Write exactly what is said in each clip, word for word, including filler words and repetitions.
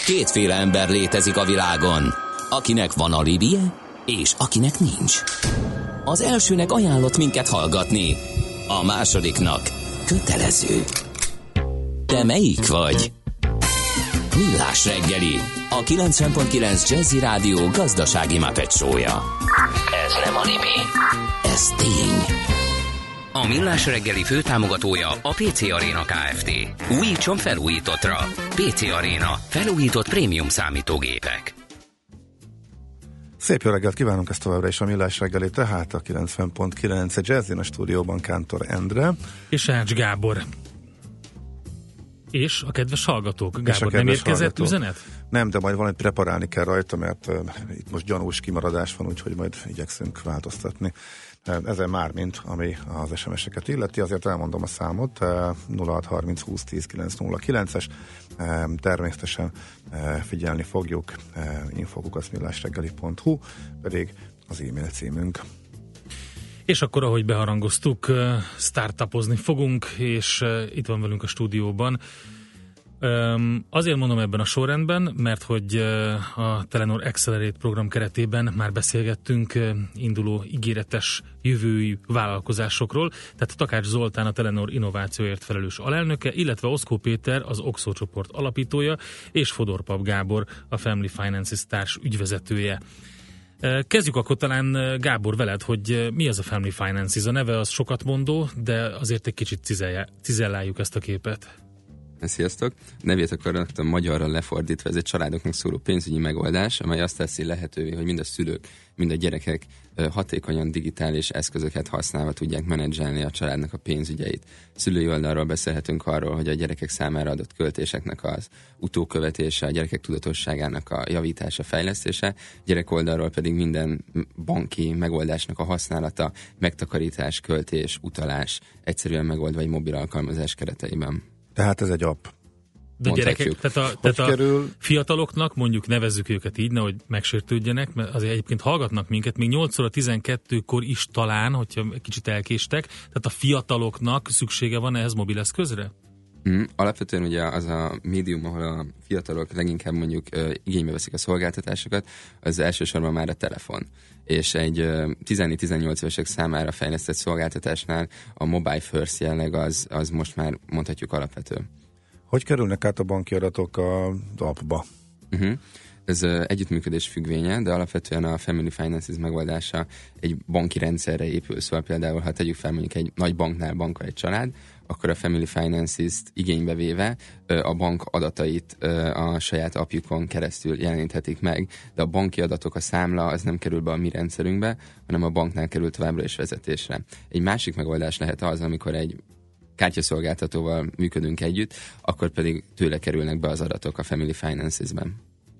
Kétféle ember létezik a világon, akinek van alibije, és akinek nincs. Az elsőnek ajánlott minket hallgatni, a másodiknak kötelező. Te melyik vagy? Millás reggeli, a kilencven pont kilenc Jazzy Rádió gazdasági Muppet show-ja. Ez nem anime, ez tény. A Millás reggeli főtámogatója a pé cé Arena Kft. Újítson felújítottra. pé cé Arena. Felújított prémium számítógépek. Szép jó reggelt kívánunk, ezt továbbra is a Millás reggeli, tehát a kilencven pont kilenc Jazzin, a stúdióban Kántor Endre. És Ács Gábor. És a kedves hallgatók. Gábor, kedves nem érkezett hallgatók. üzenet? Nem, de majd valamit preparálni kell rajta, mert uh, itt most gyanús kimaradás van, úgyhogy majd igyekszünk változtatni. Uh, ezen már mint, ami az es em es-eket illeti, azért elmondom a számot, uh, nulla hat harminc húsz tíz kilenc nulla kilences, uh, természetesen uh, figyelni fogjuk, uh, infokuk millásreggeli pont hu, pedig az e-mail címünk. És akkor, ahogy beharangoztuk, startupozni fogunk, és itt van velünk a stúdióban. Azért mondom ebben a sorrendben, mert hogy a Telenor Accelerate program keretében már beszélgettünk induló ígéretes jövőjű vállalkozásokról, tehát Takács Zoltán a Telenor innovációért felelős alelnöke, illetve Oszkó Péter az Oxo csoport alapítója, és Fodor Pap Gábor a Family Finances társ ügyvezetője. Kezdjük akkor talán, Gábor, veled, hogy mi az a Family Finances? A neve az sokat mondó, de azért egy kicsit cizelláljuk ezt a képet. Sziasztok! Nevét akkor raktam magyarra lefordítva, ez egy családoknak szóló pénzügyi megoldás, amely azt teszi lehetővé, hogy mind a szülők, mind a gyerekek hatékonyan digitális eszközöket használva tudják menedzselni a családnak a pénzügyeit. Szülői oldalról beszélhetünk arról, hogy a gyerekek számára adott költéseknek az utókövetése, a gyerekek tudatosságának a javítása, fejlesztése, gyerek oldalról pedig minden banki megoldásnak a használata, megtakarítás, költés, utalás, egyszerűen megoldva egy mobil alkalmazás kereteiben. Tehát ez egy app. De gyerekek, tehát a, tehát a kerül? fiataloknak, mondjuk nevezzük őket így, nehogy megsértődjenek, mert azért egyébként hallgatnak minket, még nyolc óra tizenkettőkor is talán, hogyha kicsit elkéstek, tehát a fiataloknak szüksége van ehhez mobileszközre? Mm, alapvetően ugye az a médium, ahol a fiatalok leginkább mondjuk uh, igénybe veszik a szolgáltatásokat, az elsősorban már a telefon. És egy uh, tizennégy-tizennyolc évesek számára fejlesztett szolgáltatásnál a mobile first jelleg az, az most már mondhatjuk alapvető. Hogy kerülnek át a banki adatok az appba? Uh-huh. Ez uh, együttműködés függvénye, de alapvetően a Family Finances megoldása egy banki rendszerre épül. Szóval például, ha tegyük fel mondjuk egy nagy banknál bankol egy család, akkor a Family Finances-t igénybe véve a bank adatait a saját appjukon keresztül jeleníthetik meg, de a banki adatok, a számla az nem kerül be a mi rendszerünkbe, hanem a banknál kerül továbbra is vezetésre. Egy másik megoldás lehet az, amikor egy kártyaszolgáltatóval működünk együtt, akkor pedig tőle kerülnek be az adatok a Family Finances-ben.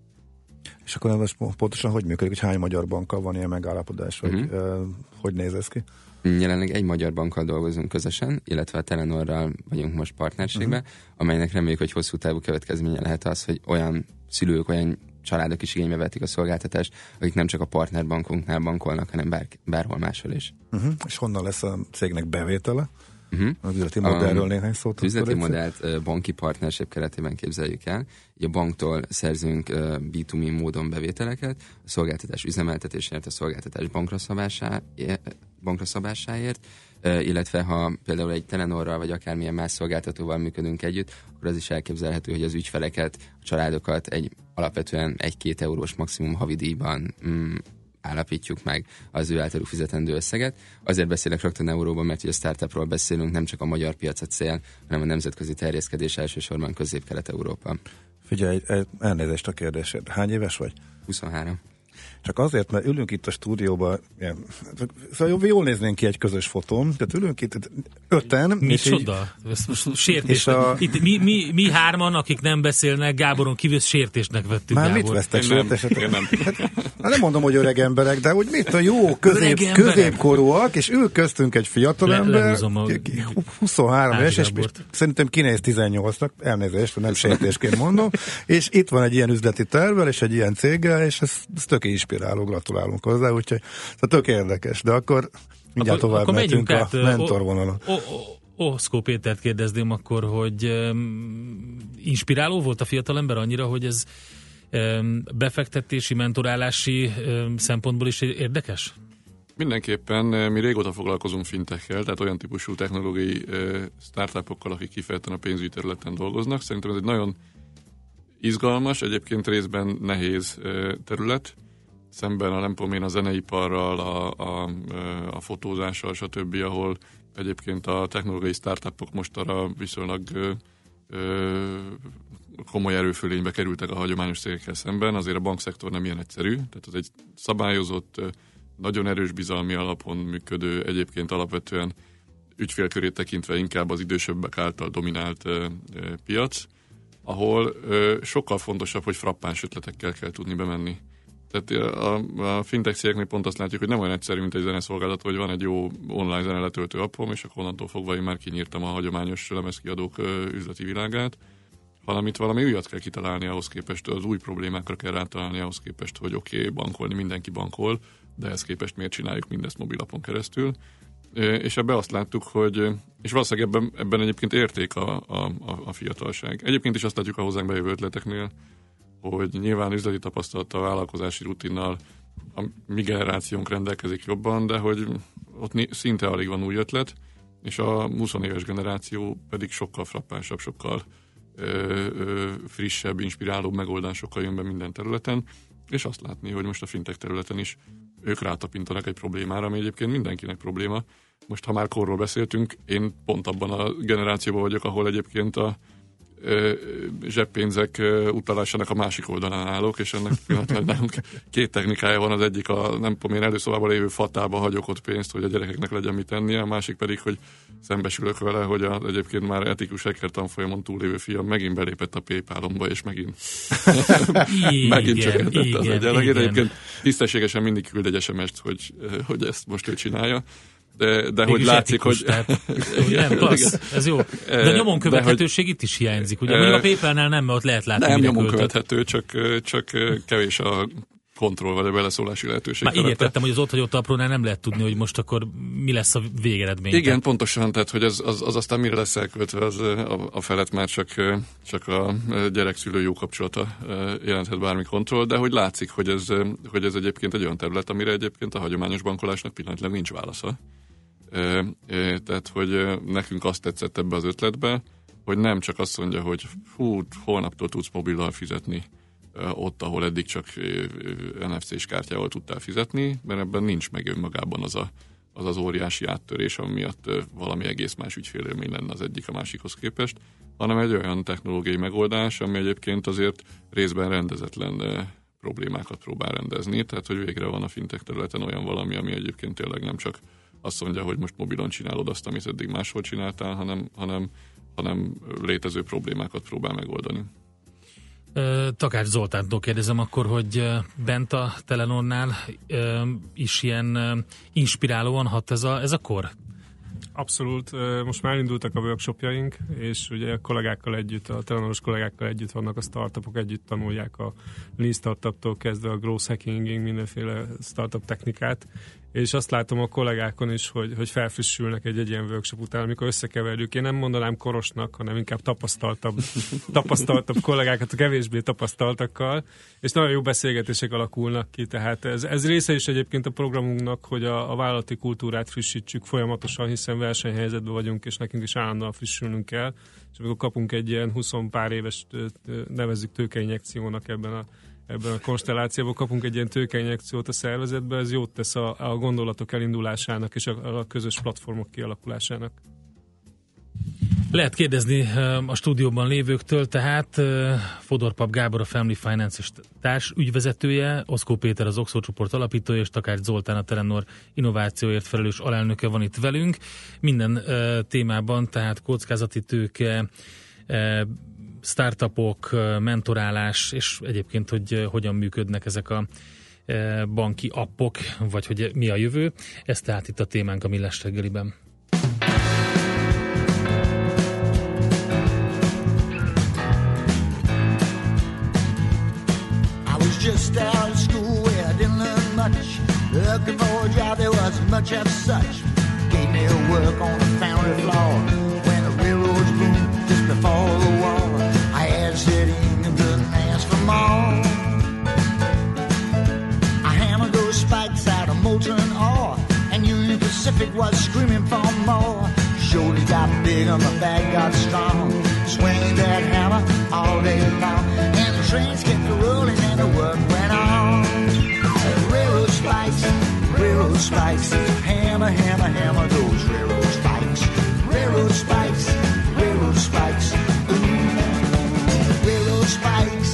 És akkor ez pontosan hogy működik, hogy hány magyar bankkal van ilyen megállapodás, vagy uh-huh. uh, hogy néz ez ki? Jelenleg egy magyar bankkal dolgozunk közösen, illetve a Telenorral vagyunk most partnerségben, uh-huh. amelynek reméljük, hogy hosszú távú következménye lehet az, hogy olyan szülők, olyan családok is igénybe vetik a szolgáltatást, akik nem csak a partnerbankunknál bankolnak, hanem bár, bárhol máshol is. Uh-huh. És honnan lesz a cégnek bevétele? Uh-huh. Az üzleti modellről um, néhány szót. Az üzleti modellt uh, banki partnership keretében képzeljük el. Így a banktól szerzünk uh, bé kettő bé módon bevételeket, a szolgáltatás üzemeltetésért, a szolgáltatás bankra szabásáért, bankra szabásáért, uh, illetve ha például egy Telenorral vagy akármilyen más szolgáltatóval működünk együtt, akkor az is elképzelhető, hogy az ügyfeleket, a családokat egy alapvetően egy-két eurós maximum havidíjban mm, állapítjuk meg az ő általuk fizetendő összeget. Azért beszélek rögtön euróban, mert ugye a startupról beszélünk, nem csak a magyar piac a cél, hanem a nemzetközi terjeszkedés elsősorban Közép-Kelet-Európa. Figyelj, elnézést a kérdésed. Hány éves vagy? huszonhárom. Csak azért, mert ülünk itt a stúdióban, ilyen, szóval jól néznénk ki egy közös fotón, tehát ülünk itt öten. Mi csoda? Sértés. A... Itt mi, mi, mi hárman, akik nem beszélnek, Gáboron kívül sértésnek vettük. Már Gábor. mit vesztek sértéset? Nem. Hát, nem mondom, hogy öreg emberek, de hogy mit a jó közép, középkorúak, és ül köztünk egy fiatalember, Le, a... huszonhárom éves, és szerintem kinéz tizennyolcnak, elnézést, nem sértésként mondom, és itt van egy ilyen üzleti tervvel, és egy ilyen céggel, és ez, ez tök inspiráló, gratulálunk hozzá, úgyhogy tök érdekes, de akkor mindjárt akkor, tovább mentünk a mentorvonalon. Oszkó Pétert kérdezném akkor, hogy um, inspiráló volt a fiatalember annyira, hogy ez befektetési, mentorálási szempontból is érdekes? Mindenképpen mi régóta foglalkozunk fintechkel, tehát olyan típusú technológiai startupokkal, akik kifejezetten a pénzügyi területen dolgoznak. Szerintem ez egy nagyon izgalmas, egyébként részben nehéz terület, szemben a nem tudom én a zeneiparral, a, a, a fotózással, stb., ahol egyébként a technológiai startupok most arra viszonylag ö, ö, komoly erőfölénybe kerültek a hagyományos cégekkel szemben, azért a bankszektor nem ilyen egyszerű, tehát az egy szabályozott, nagyon erős bizalmi alapon működő, egyébként alapvetően ügyfélkörét tekintve inkább az idősebbek által dominált ö, ö, piac, ahol ö, sokkal fontosabb, hogy frappáns ötletekkel kell tudni bemenni. Tehát a, a fintech cégeknél pont azt látjuk, hogy nem olyan egyszerű, mint egy zeneszolgálat, hogy van egy jó online zeneletöltő appom, és akkor onnantól fogva én már kinyírtam a hagyományos lemezkiadók ö, üzleti világát, hanem itt valami újat kell kitalálni ahhoz képest, az új problémákra kell rátalálni ahhoz képest, hogy oké, okay, bankolni, mindenki bankol, de ehhez képest miért csináljuk mindezt mobilapon keresztül. És ebben azt láttuk, hogy, és valószínűleg ebben, ebben egyébként érték a, a, a fiatalság. Egyébként is azt látjuk a hozzánk bejövő ötleteknél, hogy nyilván üzleti tapasztalattal, vállalkozási rutinnal a mi generációnk rendelkezik jobban, de hogy ott szinte alig van új ötlet, és a húsz éves generáció pedig sokkal frappánsabb, sokkal ö, ö, frissebb, inspirálóbb megoldásokkal jön be minden területen, és azt látni, hogy most a fintech területen is ők rátapintanak egy problémára, ami egyébként mindenkinek probléma. Most, ha már korról beszéltünk, én pont abban a generációban vagyok, ahol egyébként a ö, zseppénzek ö, utalásának a másik oldalán állok, és ennek pillanatban két technikája van, az egyik a nem tudom én előszobában lévő fatába hagyok ott pénzt, hogy a gyerekeknek legyen mit tennie, a másik pedig, hogy szembesülök vele, hogy az egyébként már etikus hacker tanfolyamon túllévő fiam megint belépett a PayPal-omba, és megint megint csökkentette az egyenlegét. Egyébként tisztességesen mindig küld egy es em es-t, hogy, hogy ezt most ő csinálja. De, de hogy látszik, etikus, hogy... Tehát, nem, klassz, ez jó. De a nyomon követhetőség hogy, itt is hiányzik. Ugye mondjuk a PayPal-nál nem, mert ott lehet látni. Nem nyomon követhető, csak, csak kevés a kontroll vagy a beleszólási lehetőség. Már így értettem, hogy az ott hagyott aprónál nem lehet tudni, hogy most akkor mi lesz a végeredmény. Igen, tehát. Pontosan, tehát hogy az, az, az aztán mire lesz elköltve, az a, a felett már csak, csak a gyerek-szülő jó kapcsolata jelenthet bármi kontroll, de hogy látszik, hogy ez, hogy ez egyébként egy olyan terület, amire egyébként a hagyományos bankolásnak pillanatilag nincs válasza. Tehát, hogy nekünk azt tetszett ebbe az ötletbe, hogy nem csak azt mondja, hogy hú, holnaptól tudsz mobillal fizetni ott, ahol eddig csak en ef cés kártyával tudtál fizetni, mert ebben nincs meg önmagában az a, az, az óriási áttörés, ami miatt valami egész más ügyfélélmény lenne az egyik a másikhoz képest, hanem egy olyan technológiai megoldás, ami egyébként azért részben rendezetlen problémákat próbál rendezni, tehát hogy végre van a fintech területen olyan valami, ami egyébként tényleg nem csak azt mondja, hogy most mobilon csinálod azt, amit eddig máshol csináltál, hanem, hanem, hanem létező problémákat próbál megoldani. Takács Zoltántól kérdezem akkor, hogy bent a Telenornál is ilyen inspirálóan hat ez a, ez a kor? Abszolút. Most már indultak a workshopjaink, és ugye a kollégákkal együtt, a Telenoros kollégákkal együtt vannak a startupok, együtt tanulják a Lean Startuptól kezdve a growth hackingig mindenféle startup technikát, és azt látom a kollégákon is, hogy, hogy felfrissülnek egy, egy ilyen workshop után, amikor összekeverjük. Én nem mondanám korosnak, hanem inkább tapasztaltabb, tapasztaltabb kollégákat a kevésbé tapasztaltakkal, és nagyon jó beszélgetések alakulnak ki, tehát ez, ez része is egyébként a programunknak, hogy a, a vállalati kultúrát frissítsük folyamatosan, hiszen versenyhelyzetben vagyunk, és nekünk is állandóan frissülnünk kell, és amikor kapunk egy ilyen húsz pár éves, nevezzük tőkeinjekciónak ebben a ebben a konstellációban, kapunk egy ilyen tőkeinjekciót a szervezetbe, ez jót tesz a, a gondolatok elindulásának és a, a közös platformok kialakulásának. Lehet kérdezni a stúdióban lévőktől, tehát Fodorpap Gábor, a Family Finance társ ügyvezetője, Oszkó Péter az Oxford csoport alapítója, és Takács Zoltán, a Telenor innovációért felelős alelnöke van itt velünk. Minden témában, tehát kockázati tőke, startupok, mentorálás, és egyébként, hogy hogyan működnek ezek a banki appok, vagy hogy mi a jövő. Ez tehát itt a témánk a Millás reggeliben. I was just out of school where I didn't learn much. Looking for a job, there wasn't much of such. Gave me a work on the foundry floor when the railroads boomed just before the war. I had a sitting and couldn't ask for more. traffic was screaming for more. Shoulders got big and my back got strong. Swinging that hammer all day long. And the trains kept rolling and the work went on. Railroad spikes, railroad spikes. Hammer, hammer, hammer those railroad spikes. Railroad spikes, railroad spikes. Ooh, railroad spikes.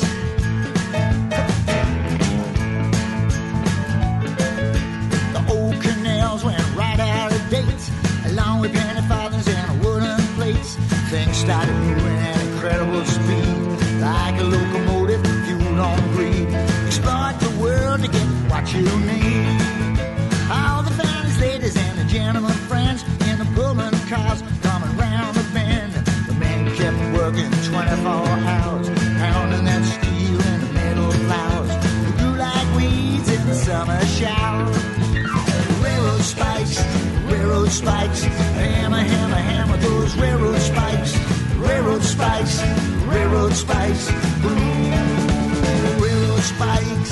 The old canals went right out of date, along with penny farthings and wooden plates. Things started moving at incredible speed, like a locomotive fueled on greed. Exploit the world to get what you need. All the finest ladies and the gentlemen friends in the Pullman cars coming round the bend. The men kept working twenty-four hours, pounding that steel in the metal flowers. They grew like weeds in the summer shower. Railroad spikes, railroad spikes. Hammer, hammer, hammer those railroad spikes. Railroad spikes, railroad spikes. Ooh, railroad spikes.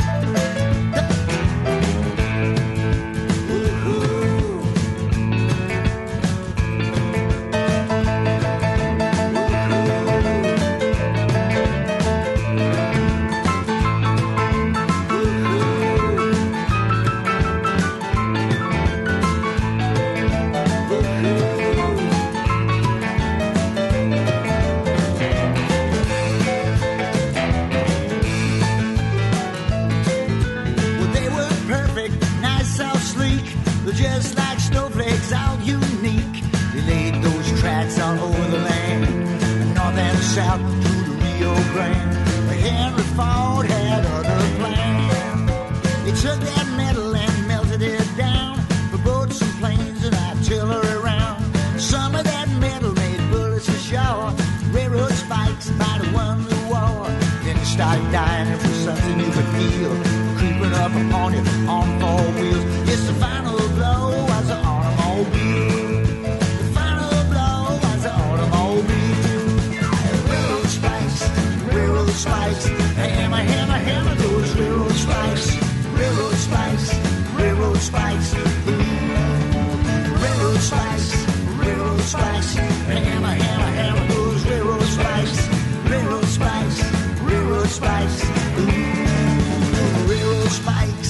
Just like snowflakes, all unique. They laid those tracks all over the land, north and south through the Rio Grande. But Henry Ford had other plans. They took that metal and melted it down for boats and planes and artillery round. Some of that metal made bullets ashore. Railroad spikes might have won the war. Then you started dying, it was something you could feel, creeping up upon you on four wheels. It's the final blow was the automobile. The final blow was the automobile. Railroad spikes, railroad spikes. Hammer, hammer, hammer those railroad spikes. Railroad spikes, railroad spikes. Ooh. Railroad spikes, railroad spikes. Hammer, hammer, hammer those railroad spikes. Railroad spikes, railroad spikes. Ooh. Railroad spikes.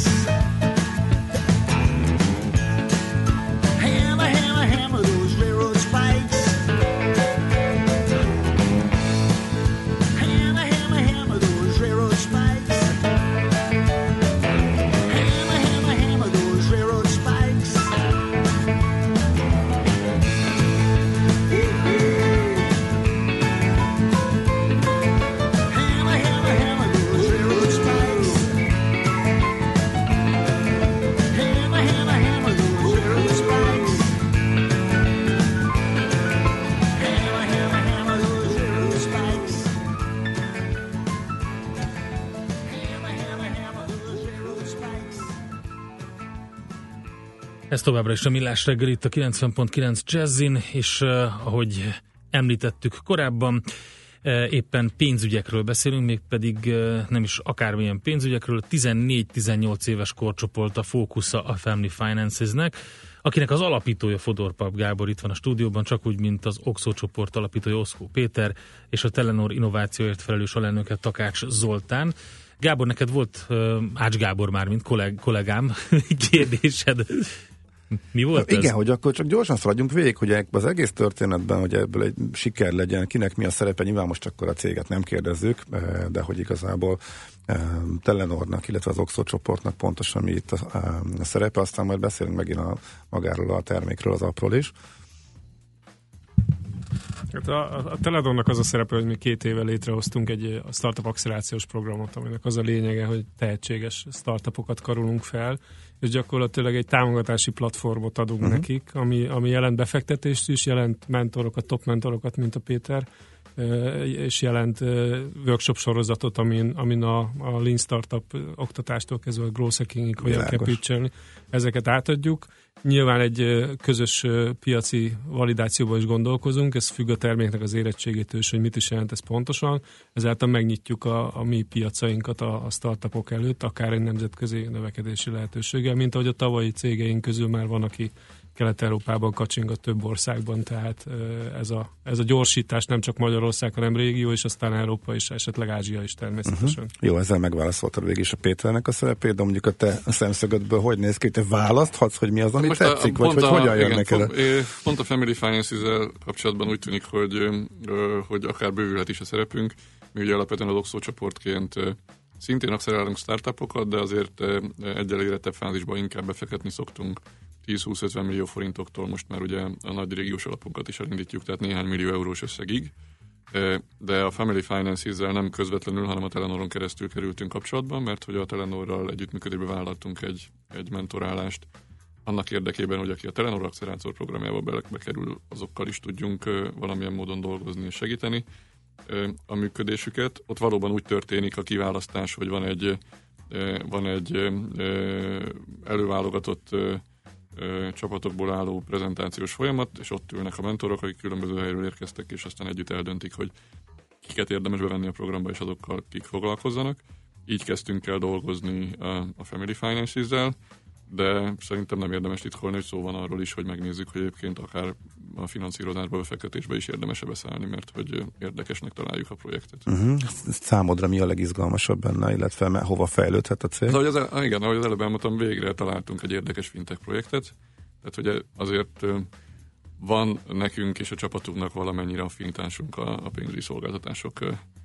Ez továbbra is a Millás reggel itt a kilencven pont kilenc Jazzin, és uh, ahogy említettük korábban, uh, éppen pénzügyekről beszélünk, mégpedig uh, nem is akármilyen pénzügyekről, tizennégy-tizennyolc éves korcsoport a fókusza a Family Finances-nek, akinek az alapítója Fodor Pap Gábor itt van a stúdióban, csak úgy, mint az Oxo csoport alapítója Oszkó Péter, és a Telenor innovációért felelős alelnöke Takács Zoltán. Gábor, neked volt, uh, Ács Gábor már, mint kolleg, kollégám, kérdésed. Mi volt Na, ez? igen, hogy akkor csak gyorsan szaladjunk végig, hogy az egész történetben, hogy ebből egy siker legyen, kinek mi a szerepe, nyilván most akkor a céget nem kérdezzük, de hogy igazából Telenornak, illetve az Oxo csoportnak pontosan mi itt a, a szerepe, aztán majd beszélünk megint a, magáról a termékről, az appról is. Hát a, a Telenornak az a szerepe, hogy mi két éve létrehoztunk egy a startup accelerációs programot, aminek az a lényege, hogy tehetséges startupokat karolunk fel, és gyakorlatilag egy támogatási platformot adunk uh-huh. nekik, ami, ami jelent befektetést is, jelent mentorokat, top mentorokat, mint a Péter, és jelent workshop sorozatot, amin, amin a, a Lean Startup oktatástól kezdve a growth hackingig hogyan kell pitchelni. Ezeket átadjuk. Nyilván egy közös piaci validációban is gondolkozunk, ez függ a terméknek az érettségétől, és hogy mit is jelent ez pontosan. Ezáltal megnyitjuk a, a mi piacainkat a, a startupok előtt, akár egy nemzetközi növekedési lehetőséggel, mint ahogy a tavalyi cégeink közül már van, aki Kelet-Európában kacsing a több országban, tehát ez a, ez a gyorsítás nem csak Magyarország, hanem régió, és aztán Európa és esetleg Ázsia is természetesen. Uh-huh. Jó, ezzel megválaszoltad végig is a Péternek a szerepét, de mondjuk a te szemszögödből hogy néz ki, te választhatsz, hogy mi az, ami most tetszik, a, vagy hogy a, hogyan igen, jönnek el? Pont a Family Finances-zel kapcsolatban úgy tűnik, hogy, hogy akár bővülhet is a szerepünk. Mi ugye alapvetően az Oxo csoportként szintén akszerálunk startupokat, de azért egyel érettebb fázisban inkább befektetni szoktunk. tíz-húsz-ötven millió forintoktól most már ugye a nagy régiós alapunkat is elindítjuk, tehát néhány millió eurós összegig. De a Family Finances-zel nem közvetlenül, hanem a Telenoron keresztül kerültünk kapcsolatban, mert hogy a Telenorral együttműködésben vállaltunk egy, egy mentorálást annak érdekében, hogy aki a Telenor Accelerátor programjába bekerül, azokkal is tudjunk valamilyen módon dolgozni és segíteni a működésüket. Ott valóban úgy történik a kiválasztás, hogy van egy, van egy előválogatott csapatokból álló prezentációs folyamat, és ott ülnek a mentorok, akik különböző helyről érkeztek, és aztán együtt eldöntik, hogy kiket érdemes bevenni a programba, és azokkal kik foglalkozzanak. Így kezdtünk el dolgozni a Family Finances-zel, de szerintem nem érdemes titkolni, hogy szó van arról is, hogy megnézzük, hogy egyébként akár a finanszírozásba, befektetésbe is érdemes-e beszállni, mert hogy érdekesnek találjuk a projektet. Uh-huh. Számodra mi a legizgalmasabb benne, illetve hova fejlődhet a cég? Ahogy az, igen, ahogy az előbb elmondtam, végre találtunk egy érdekes fintech projektet, tehát ugye azért van nekünk és a csapatunknak valamennyire affinitásunk a, a pénzügyi szolgáltatások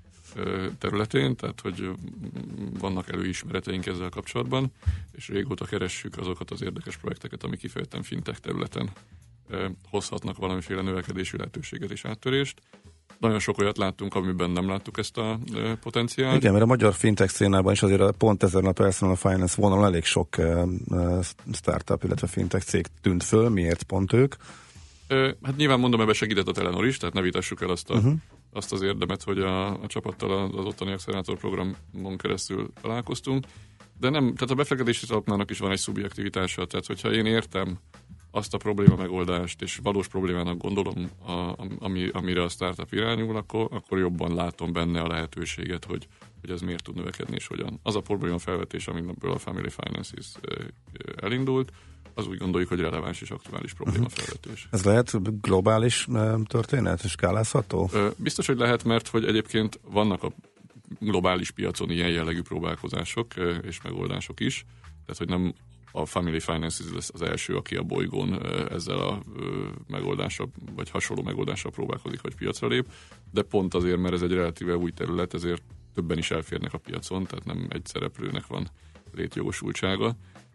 területén, tehát hogy vannak előismereteink ezzel kapcsolatban, és régóta keressük azokat az érdekes projekteket, ami kifejezetten fintech területen hozhatnak valamiféle növekedési lehetőséget és áttörést. Nagyon sok olyat láttunk, amiben nem láttuk ezt a potenciált. Igen, mert a magyar fintech szénában is azért pont ezen a personal finance vonalon elég sok startup, illetve fintech cég tűnt föl. Miért pont ők? Hát nyilván mondom, ebbe segített a Telenor is, tehát ne vitassuk el azt, a, uh-huh. azt az érdemet, hogy a, a csapattal az ottani Accelerátor programon keresztül találkoztunk, de nem, tehát a befektetési szakmának is van egy szubjektivitása, tehát hogyha én értem azt a probléma megoldást, és valós problémának gondolom, a, ami, amire a startup irányul, akkor, akkor jobban látom benne a lehetőséget, hogy, hogy ez miért tud növekedni, és hogyan. Az a probléma felvetés, amiből a Family Finances elindult, az úgy gondoljuk, hogy releváns és aktuális probléma felvetés. Ez lehet globális történet, skálázható? Biztos, hogy lehet, mert hogy egyébként vannak a globális piacon ilyen jellegű próbálkozások és megoldások is, tehát hogy nem a Family Finances lesz az első, aki a bolygón ezzel a megoldással, vagy hasonló megoldással próbálkozik, vagy piacra lép, de pont azért, mert ez egy relatíve új terület, ezért többen is elférnek a piacon, tehát nem egy szereplőnek van létjogosultsága,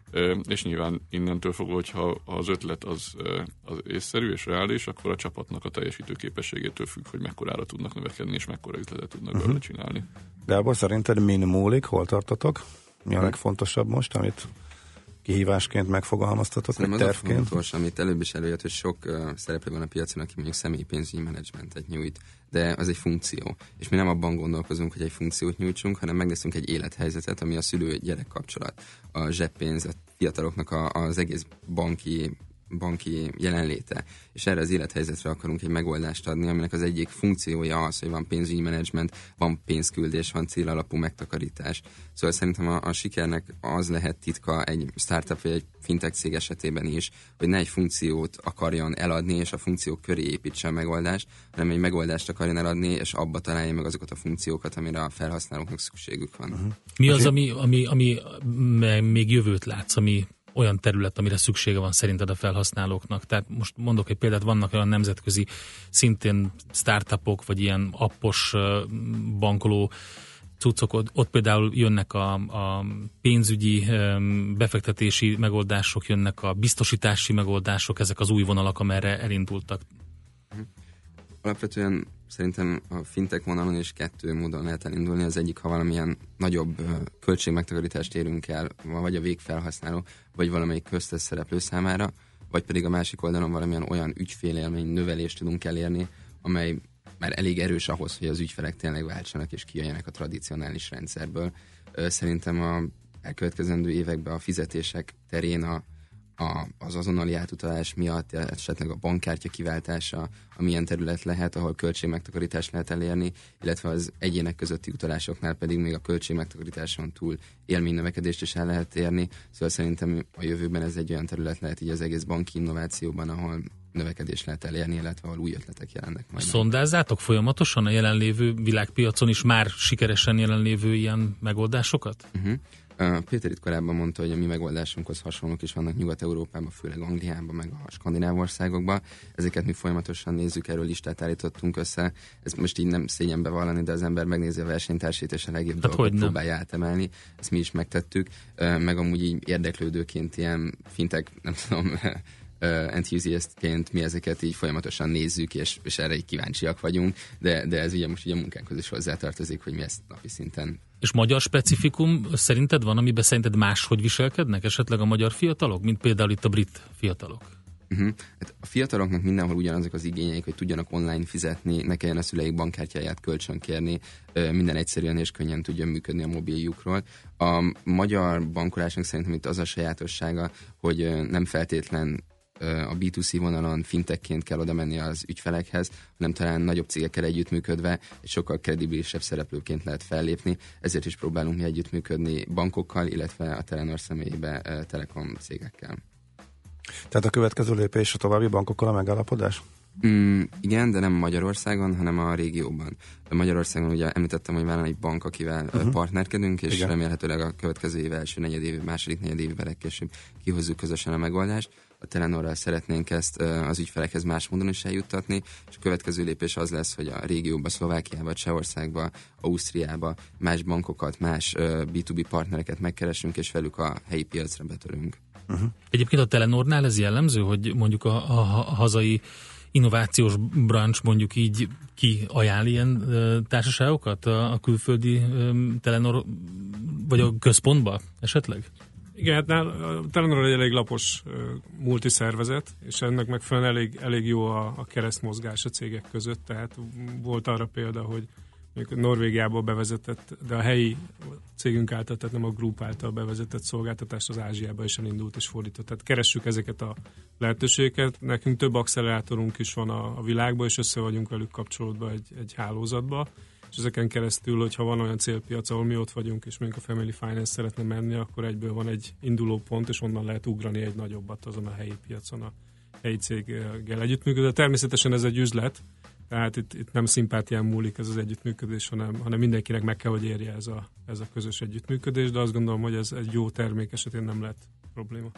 és nyilván innentől fogva, hogyha az ötlet az, az észszerű és reális, akkor a csapatnak a teljesítő képességétől függ, hogy mekkorára tudnak növekedni, és mekkora üzletet tudnak uh-huh. belőle csinálni. Gábor, szerinted min múlik? Hol tartotok? Mi a legfontosabb most, amit kihívásként megfogalmaztatok, vagy tervként? Az a fontos, amit előbb is előjött, hogy sok uh, szereplő van a piacon, aki mondjuk személyi pénzügyi menedzsmentet nyújt, de az egy funkció. És mi nem abban gondolkozunk, hogy egy funkciót nyújtsunk, hanem megnézzünk egy élethelyzetet, ami a szülő-gyerek kapcsolat. A zseppénz, a fiataloknak a, az egész banki banki jelenléte, és erre az élethelyzetre akarunk egy megoldást adni, aminek az egyik funkciója az, hogy van pénzügyi menedzsment, van pénzküldés, van célalapú megtakarítás. Szóval szerintem a, a sikernek az lehet titka egy startup vagy egy fintech cég esetében is, hogy ne egy funkciót akarjon eladni, és a funkciók köré építse a megoldást, hanem egy megoldást akarjon eladni, és abba találja meg azokat a funkciókat, amire a felhasználóknak szükségük van. Uh-huh. Mi az, ami, ami, ami még jövőt látsz, ami olyan terület, amire szüksége van szerinted a felhasználóknak? Tehát most mondok egy példát, vannak olyan nemzetközi szintén startupok, vagy ilyen appos bankoló cuccok, ott például jönnek a, a pénzügyi befektetési megoldások, jönnek a biztosítási megoldások, ezek az új vonalak, amerre elindultak. Alapvetően szerintem a fintech vonalon is kettő módon lehet elindulni. Az egyik, ha valamilyen nagyobb költségmegtakarítást érünk el, vagy a végfelhasználó, vagy valamelyik köztes szereplő számára, vagy pedig a másik oldalon valamilyen olyan ügyfélélmény növelést tudunk elérni, amely már elég erős ahhoz, hogy az ügyfelek tényleg váltsanak és kijöjjenek a tradicionális rendszerből. Szerintem a elkövetkezendő években a fizetések terén a a, az azonnali átutalás miatt, esetleg a bankkártya kiváltása, amilyen terület lehet, ahol költségmegtakarítást lehet elérni, illetve az egyének közötti utalásoknál pedig még a költségmegtakarításon túl élménynövekedést is el lehet érni. Szóval szerintem a jövőben ez egy olyan terület lehet így az egész banki innovációban, ahol növekedést lehet elérni, illetve ahol új ötletek jelennek majd. Szondázzátok folyamatosan a jelenlévő világpiacon is már sikeresen jelenlévő ilyen megoldásokat? Uh-huh. Péter itt korábban mondta, hogy a mi megoldásunkhoz hasonlók is vannak Nyugat-Európában, főleg Angliában, meg a skandináv országokban. Ezeket mi folyamatosan nézzük, erről listát állítottunk össze. Ez most így nem szégyenbe vallani, de az ember megnézi a versenytársait, és a legjobb hát dolgokat próbálja átemelni. Ezt mi is megtettük. Meg amúgy így érdeklődőként ilyen fintek, nem tudom, Uh, enthusiastként mi ezeket így folyamatosan nézzük, és, és erre így kíváncsiak vagyunk, de, de ez ugye most ugye a munkánkhoz is hozzátartozik, hogy mi ezt napi szinten. És magyar specifikum szerinted van, amiben szerinted máshogy viselkednek esetleg a magyar fiatalok, mint például itt a brit fiatalok? Uh-huh. Hát a fiataloknak mindenhol ugyanazok az igényeik, hogy tudjanak online fizetni, ne kelljen a szüleik bankkártyáját kölcsönkérni, minden egyszerűen és könnyen tudjon működni a mobiljukról. A magyar bankolásnak szerintem itt az a sajátossága, hogy nem feltétlen a bé kettő cé vonalon fintekként kell oda menni az ügyfelekhez, hanem talán nagyobb cégekkel együttműködve és sokkal kredibilisebb szereplőként lehet fellépni. Ezért is próbálunk mi együttműködni bankokkal, illetve a Telenor személyébe telekom cégekkel. Tehát a következő lépés a további bankokkal a megállapodás? Mm, igen, de nem Magyarországon, hanem a régióban. Magyarországon ugye említettem, hogy van egy bank, akivel uh-huh. partnerkedünk, és igen. remélhetőleg a következő év első negyedév, második negyedévben legkésőbb kihozzuk közösen a megoldást. A Telenorral szeretnénk ezt az ügyfelekhez más módon is eljuttatni, és a következő lépés az lesz, hogy a régióba, Szlovákiába, Csehországba, Ausztriába más bankokat, más bé kettő bé partnereket megkeresünk, és velük a helyi piacra betörünk. Uh-huh. Egyébként a Telenornál ez jellemző, hogy mondjuk a, a, a hazai innovációs branch mondjuk így ki ajánl ilyen ö, társaságokat a, a külföldi ö, Telenor vagy a központba esetleg? Igen, hát a Telenor egy elég lapos uh, multiszervezet, és ennek megfelelően elég, elég jó a, a keresztmozgás a cégek között, tehát volt arra példa, hogy Norvégiából bevezetett, de a helyi cégünk által, tehát nem a Group által bevezetett szolgáltatás az Ázsiába is elindult és fordított. Tehát keressük ezeket a lehetőségeket. Nekünk több accelerátorunk is van a, a világban, és össze vagyunk velük kapcsolódva egy, egy hálózatba. És ezeken keresztül, hogyha van olyan célpiac, ahol mi ott vagyunk, és mondjuk a Family Finance szeretne menni, akkor egyből van egy induló pont, és onnan lehet ugrani egy nagyobbat azon a helyi piacon a helyi céggel együttműködve. Természetesen ez egy üzlet, tehát itt, itt nem szimpátián múlik ez az együttműködés, hanem, hanem mindenkinek meg kell, hogy érje ez a, ez a közös együttműködés, de azt gondolom, hogy ez egy jó termék esetén nem lehet probléma.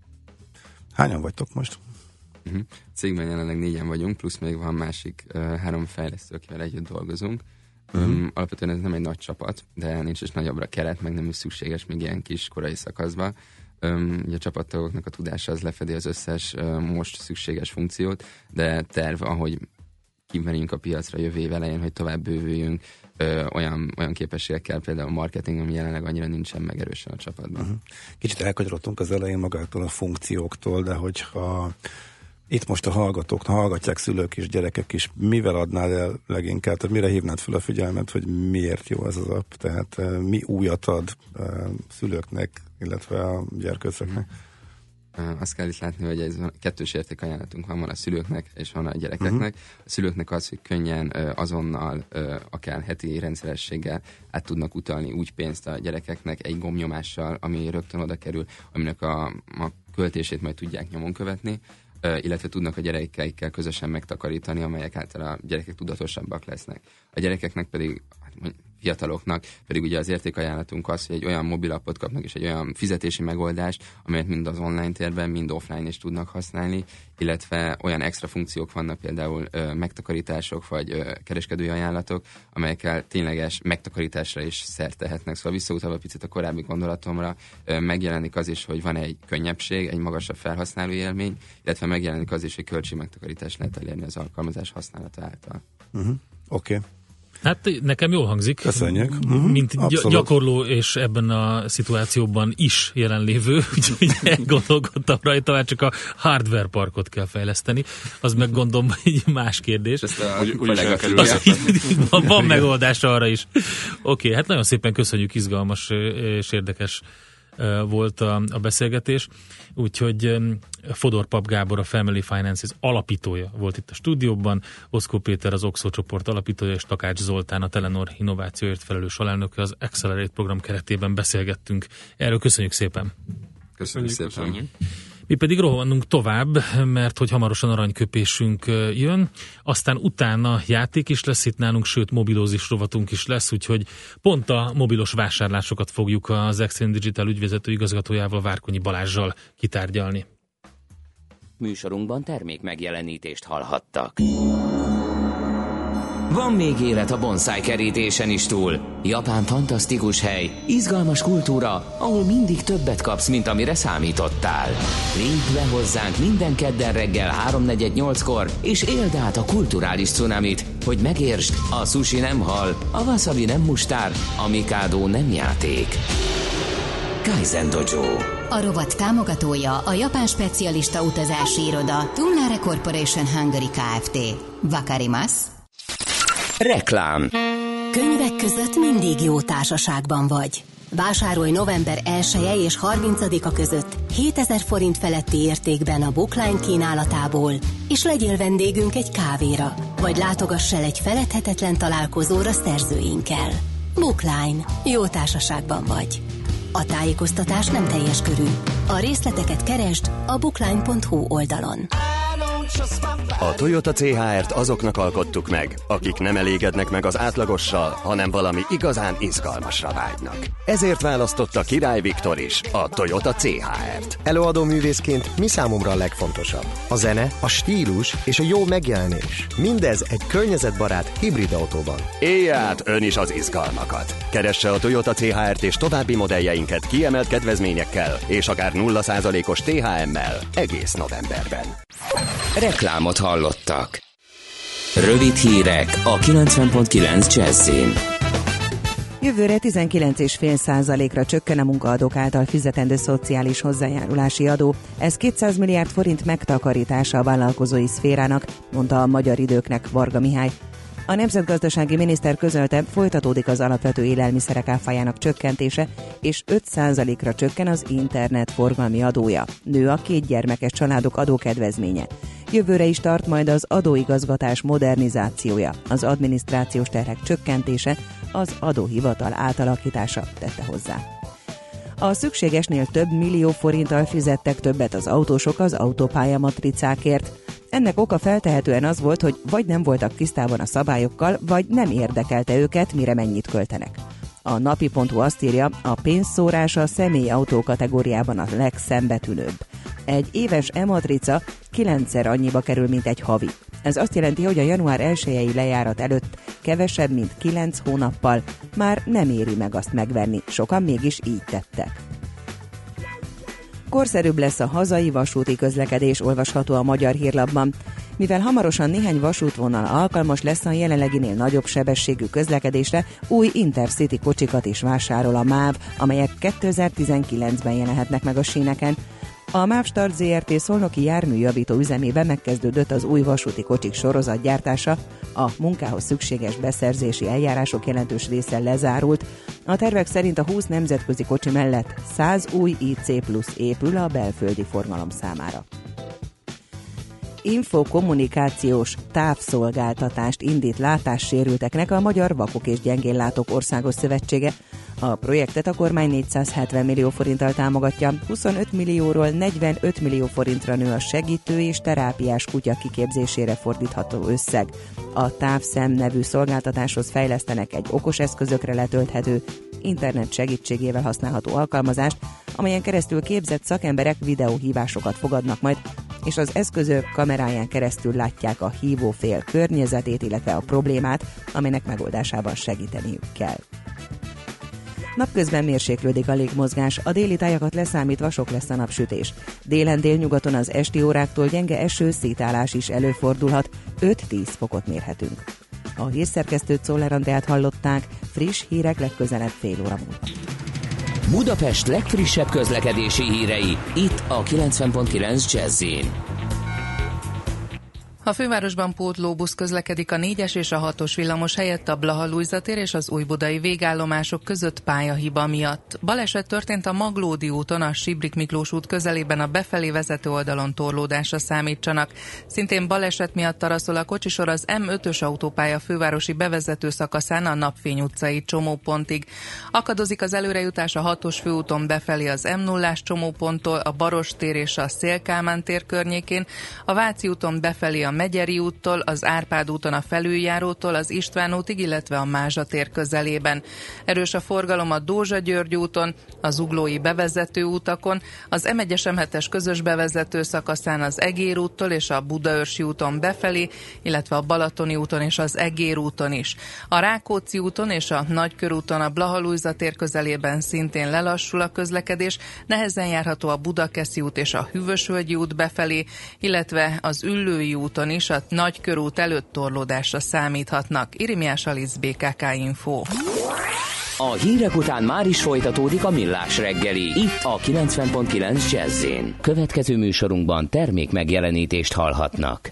Hányan vagytok most? Uh-huh. Cégben jelenleg négyen vagyunk, plusz még van másik uh, három fejlesztő, akivel együtt dolgozunk. Uh-huh. Um, alapvetően ez nem egy nagy csapat, de nincs is nagyobbra keret, meg nem is szükséges még ilyen kis korai szakaszba. Um, ugye a csapattagoknak a tudása az lefedi az összes uh, most szükséges funkciót, de terv, ahogy kimenjünk a piacra jövő év elején, hogy tovább bővüljünk, ö, olyan, olyan képességekkel, például a marketing, ami jelenleg annyira nincsen meg erősen a csapatban. Uh-huh. Kicsit elkanyarodtunk az elején magától a funkcióktól, de hogyha itt most a hallgatók, hallgatják szülők és gyerekek is, mivel adnád el leginkább, tehát mire hívnád fel a figyelmet, hogy miért jó ez az app, tehát uh, mi újat ad uh, szülőknek, illetve a gyerkőcöknek? Uh-huh. Uh, azt kell is látni, hogy ez kettős értékajánlatunk van, van a szülőknek és van a gyerekeknek. Uh-huh. A szülőknek az, hogy könnyen, uh, azonnal, uh, akár heti rendszerességgel át tudnak utalni úgy pénzt a gyerekeknek egy gombnyomással, ami rögtön oda kerül, aminek a, a költését majd tudják nyomon követni, uh, illetve tudnak a gyerekeikkel közösen megtakarítani, amelyek által a gyerekek tudatosabbak lesznek. A gyerekeknek pedig fiataloknak pedig ugye az értékajánlatunk az, hogy egy olyan mobilappot kapnak, és egy olyan fizetési megoldást, amelyet mind az online térben, mind offline is tudnak használni, illetve olyan extra funkciók vannak, például ö, megtakarítások, vagy ö, kereskedői ajánlatok, amelyekkel tényleges megtakarításra is szert tehetnek. Szóval visszautalva picit a korábbi gondolatomra, ö, megjelenik az is, hogy van egy könnyebbség, egy magasabb felhasználó élmény, illetve megjelenik az is, hogy költségmegtakarítást lehet elérni az alkalmazás használata által. Uh-huh. Oké. Okay. Hát nekem jól hangzik. Köszönjük. Mint gy- gyakorló és ebben a szituációban is jelenlévő, úgyhogy elgondolkodtam rajta, már csak a hardware parkot kell fejleszteni. Az meg gondolom, hogy más kérdés. Ezt a, úgy, úgy az, van, van megoldás arra is. Oké, okay, hát nagyon szépen köszönjük, izgalmas és érdekes volt a, a beszélgetés, úgyhogy Fodor Pap Gábor, a Family Finances alapítója volt itt a stúdióban, Oszkó Péter az Oxo csoport alapítója, és Takács Zoltán, a Telenor innovációért felelős alelnöke. Az Accelerate program keretében beszélgettünk. Erről köszönjük szépen! Köszönjük szépen! Köszönjük. Mi pedig rohanunk tovább, mert hogy hamarosan aranyköpésünk jön, aztán utána játék is lesz itt nálunk, sőt mobilózis rovatunk is lesz, úgyhogy pont a mobilos vásárlásokat fogjuk az Extreme Digital ügyvezető igazgatójával, Várkonyi Balázssal kitárgyalni. Műsorunkban termék megjelenítést hallhattak. Van még élet a bonsai kerítésen is túl. Japán fantasztikus hely, izgalmas kultúra, ahol mindig többet kapsz, mint amire számítottál. Lépj be hozzánk minden kedden reggel háromnegyed nyolckor, és éld át a kulturális cunamit, hogy megértsd, a sushi nem hal, a wasabi nem mustár, a mikádó nem játék. Kaizen Dojo. A rovat támogatója a japán specialista utazási iroda Tumnare Corporation Hungary Kft. Wakarimasu. Reklám. Könyvek között mindig jó társaságban vagy. Vásárolj november elseje és harmincadika között hétezer forint feletti értékben a Bookline kínálatából, és legyél vendégünk egy kávéra, vagy látogass el egy feledhetetlen találkozóra szerzőinkkel. Bookline. Jó társaságban vagy. A tájékoztatás nem teljes körű. A részleteket keresd a bookline pont hu oldalon. A Toyota cé há er-t azoknak alkottuk meg, akik nem elégednek meg az átlagossal, hanem valami igazán izgalmasra vágynak. Ezért választotta Király Viktor is a Toyota cé há er-t. Előadó művészként mi számomra a legfontosabb? A zene, a stílus és a jó megjelenés. Mindez egy környezetbarát hibrid autóban. Élj át ön is az izgalmakat. Keresse a Toyota cé há er-t és további modelljeinket kiemelt kedvezményekkel és akár nulla százalékos té há emmel egész novemberben. Reklámot hallottak. Rövid hírek a kilencven pont kilenc Jazzin. Jövőre tizenkilenc egész öt százalékra csökken a munkaadók által fizetendő szociális hozzájárulási adó. Ez kétszáz milliárd forint megtakarítása a vállalkozói szférának, mondta a Magyar Időknek Varga Mihály. A nemzetgazdasági miniszter közölte, folytatódik az alapvető élelmiszerek áfájának csökkentése, és öt százalékra csökken az internet forgalmi adója. Nő a kétgyermekes családok adókedvezménye. Jövőre is tart majd az adóigazgatás modernizációja, az adminisztrációs terhek csökkentése, az adóhivatal átalakítása, tette hozzá. A szükségesnél több millió forinttal fizettek többet az autósok az autópálya matricákért. Ennek oka feltehetően az volt, hogy vagy nem voltak tisztában a szabályokkal, vagy nem érdekelte őket, mire mennyit költenek. A napi pont hu azt írja, a pénzszórás a személyautó kategóriában a legszembetűnőbb. Egy éves e-matrica kilencszer annyiba kerül, mint egy havi. Ez azt jelenti, hogy a január elsejei lejárat előtt kevesebb, mint kilenc hónappal már nem éri meg azt megvenni. Sokan mégis így tettek. Korszerűbb lesz a hazai vasúti közlekedés, olvasható a Magyar Hírlapban. Mivel hamarosan néhány vasútvonal alkalmas lesz a jelenleginél nagyobb sebességű közlekedésre, új Intercity kocsikat is vásárol a MÁV, amelyek kétezer-tizenkilencben jelenhetnek meg a síneken. A MÁV Start zé er té szolnoki járműjavító üzemében megkezdődött az új vasúti kocsik sorozatgyártása, a munkához szükséges beszerzési eljárások jelentős része lezárult. A tervek szerint a húsz nemzetközi kocsi mellett száz új i cé plusz épül a belföldi forgalom számára. Infokommunikációs távszolgáltatást indít látássérülteknek a Magyar Vakok és Gyengéllátók Országos Szövetsége. A projektet a kormány négyszázhetven millió forinttal támogatja, huszonöt millióról negyvenöt millió forintra nő a segítő és terápiás kutya kiképzésére fordítható összeg. A Távszem nevű szolgáltatáshoz fejlesztenek egy okos eszközökre letölthető, internet segítségével használható alkalmazást, amelyen keresztül képzett szakemberek videóhívásokat fogadnak majd, és az eszközök kameráján keresztül látják a hívófél környezetét, illetve a problémát, aminek megoldásában segíteniük kell. Napközben mérséklődik a légmozgás, a déli tájakat leszámítva sok lesz a napsütés. Délen délnyugaton az esti óráktól gyenge eső, szétálás is előfordulhat, öt-tíz fokot mérhetünk. A hírszerkesztőt, Czoller Andreát hallották, friss hírek legközelebb fél óra múlva. Budapest legfrissebb közlekedési hírei, itt a kilencven pont kilenc Jazz-in. A fővárosban pótlóbusz közlekedik a négyes és a hatos villamos helyett a Blaha-Lujza tér és az újbudai végállomások között pályahiba miatt. Baleset történt a Maglódi úton, a Sibrik Miklós út közelében, a befelé vezető oldalon torlódásra számítsanak. Szintén baleset miatt taraszol a kocsisor az M ötös autópálya fővárosi bevezető szakaszán a Napfény utcai csomópontig. Akadozik az előrejutás a hatos főúton befelé az M nullás csomóponttól, a Baros tér és a Széll-Kálmán tér környékén, a Váci úton befelé a Megyeri úttól, az Árpád úton a felüljárótól, az István útig, illetve a Mázsa tér közelében. Erős a forgalom a Dózsa-György úton, a zuglói bevezető utakon, az M egyes M hetes közös bevezető szakaszán az Egér úttól és a Budaörsi úton befelé, illetve a Balatoni úton és az Egér úton is. A Rákóczi úton és a Nagykörúton a Blaha-Lujza tér közelében szintén lelassul a közlekedés, nehezen járható a Budakeszi út és a Hűvösvölgyi út befelé, illetve az Üllői úton is a Nagykörút előtt torlódásra számíthatnak. Irimiás Alisz, bé ká ká Info. A hírek után már is folytatódik a Millás reggeli, itt a kilencven pont kilenc Jazz-én. Következő műsorunkban termék megjelenítést hallhatnak.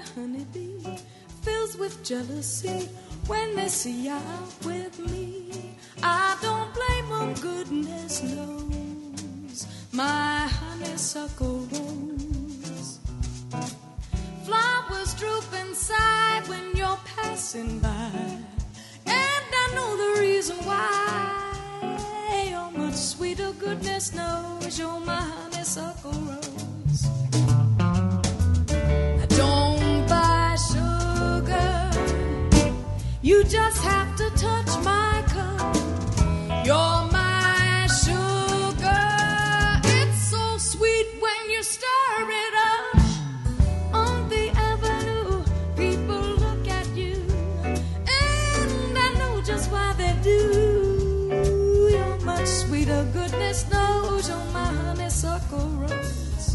Flowers droop inside when you're passing by, and I know the reason why. You're much sweeter, goodness knows you're my honeysuckle rose. I don't buy sugar, you just have to touch my cup. You're my sugar, it's so sweet when you stir it up. Goodness knows you're my honeysuckle rose.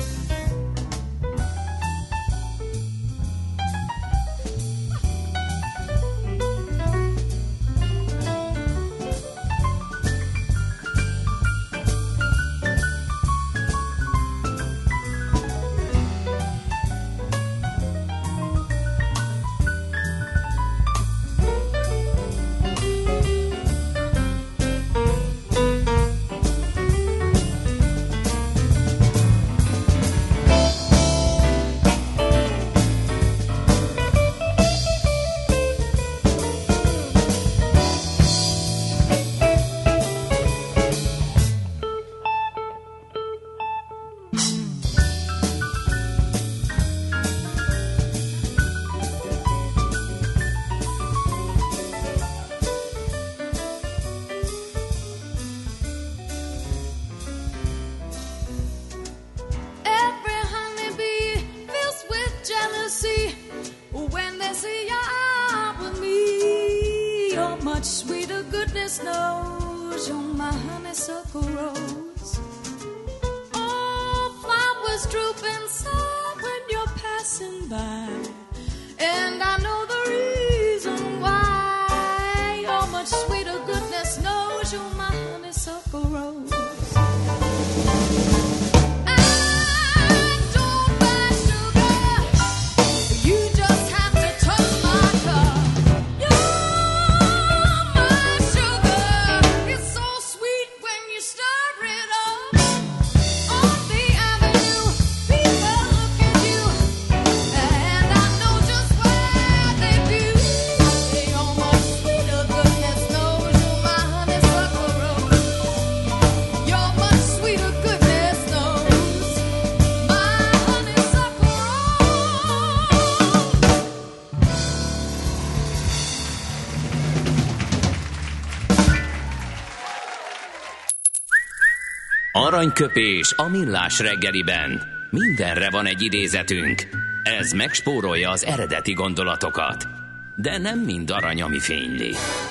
Aranyköpés a Millás reggeliben. Mindenre van egy idézetünk. Ez megspórolja az eredeti gondolatokat. De nem mind arany, ami fényli.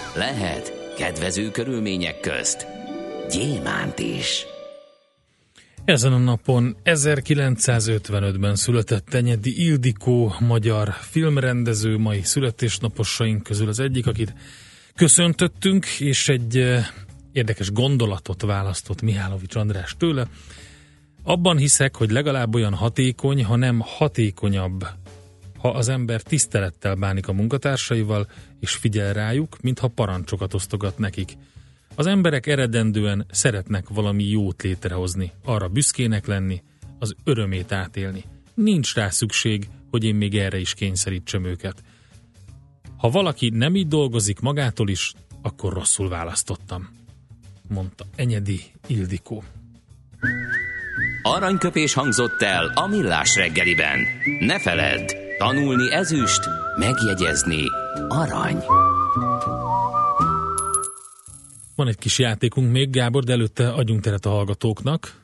Lehet kedvező körülmények közt gyémánt is. Ezen a napon ezerkilencszázötvenötben született Tenyedi Ildikó, magyar filmrendező, mai születésnaposaink közül az egyik, akit köszöntöttünk, és egy érdekes gondolatot választott Mihálovics András tőle. Abban hiszek, hogy legalább olyan hatékony, ha nem hatékonyabb ha az ember tisztelettel bánik a munkatársaival, és figyel rájuk, mintha parancsokat osztogat nekik. Az emberek eredendően szeretnek valami jót létrehozni, arra büszkének lenni, az örömét átélni. Nincs rá szükség, hogy én még erre is kényszerítsem őket. Ha valaki nem így dolgozik magától is, akkor rosszul választottam, mondta Enyedi Ildikó. Aranyköpés hangzott el a Millás reggeliben. Ne feledd, tanulni ezüst, megjegyezni arany. Van egy kis játékunk még, Gábor, de előtte adjunk teret a hallgatóknak.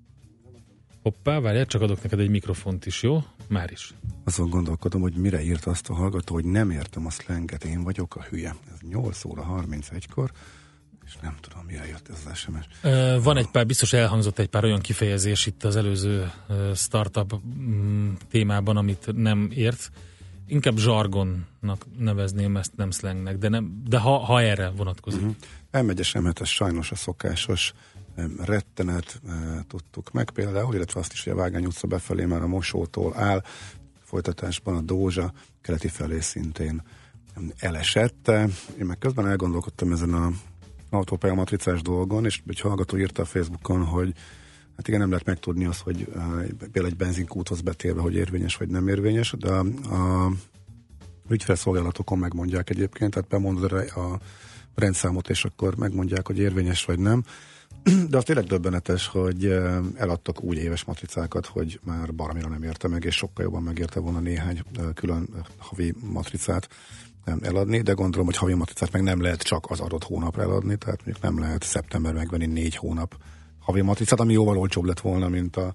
Hoppá, várjál, csak adok neked egy mikrofont is, jó? Már is. Azon gondolkodom, hogy mire írt azt a hallgató, hogy nem értem a szlenget, én vagyok a hülye. Ez nyolc óra harmincegykor, és nem tudom, mire jött ez az es em es. Van egy pár, biztos elhangzott egy pár olyan kifejezés itt az előző startup témában, amit nem ért. Inkább zsargonnak nevezném ezt, nem slangnek, de, nem, de ha, ha erre vonatkozik. Uh-huh. em egyes em hetes sajnos a szokásos rettenet e, tudtuk meg például, illetve azt is, hogy a Vágány utca befelé már a Mosótól áll, folytatásban a Dózsa keleti felé szintén elesett. Én meg közben elgondolkodtam ezen a autópálya matricás dolgon, és egy hallgató írta a Facebookon, hogy hát igen, nem lehet megtudni azt, hogy uh, például egy benzinkúthoz betérve, hogy érvényes vagy nem érvényes, de a, a ügyfelszolgálatokon megmondják egyébként, tehát bemondod a rendszámot, és akkor megmondják, hogy érvényes vagy nem. De az tényleg döbbenetes, hogy eladtak úgy éves matricákat, hogy már baromira nem érte meg, és sokkal jobban megérte volna néhány külön havi matricát eladni, de gondolom, hogy havi matricát meg nem lehet csak az adott hónapra eladni, tehát mondjuk nem lehet szeptember megvenni négy hónap havi matricát, ami jóval olcsóbb lett volna, mint a,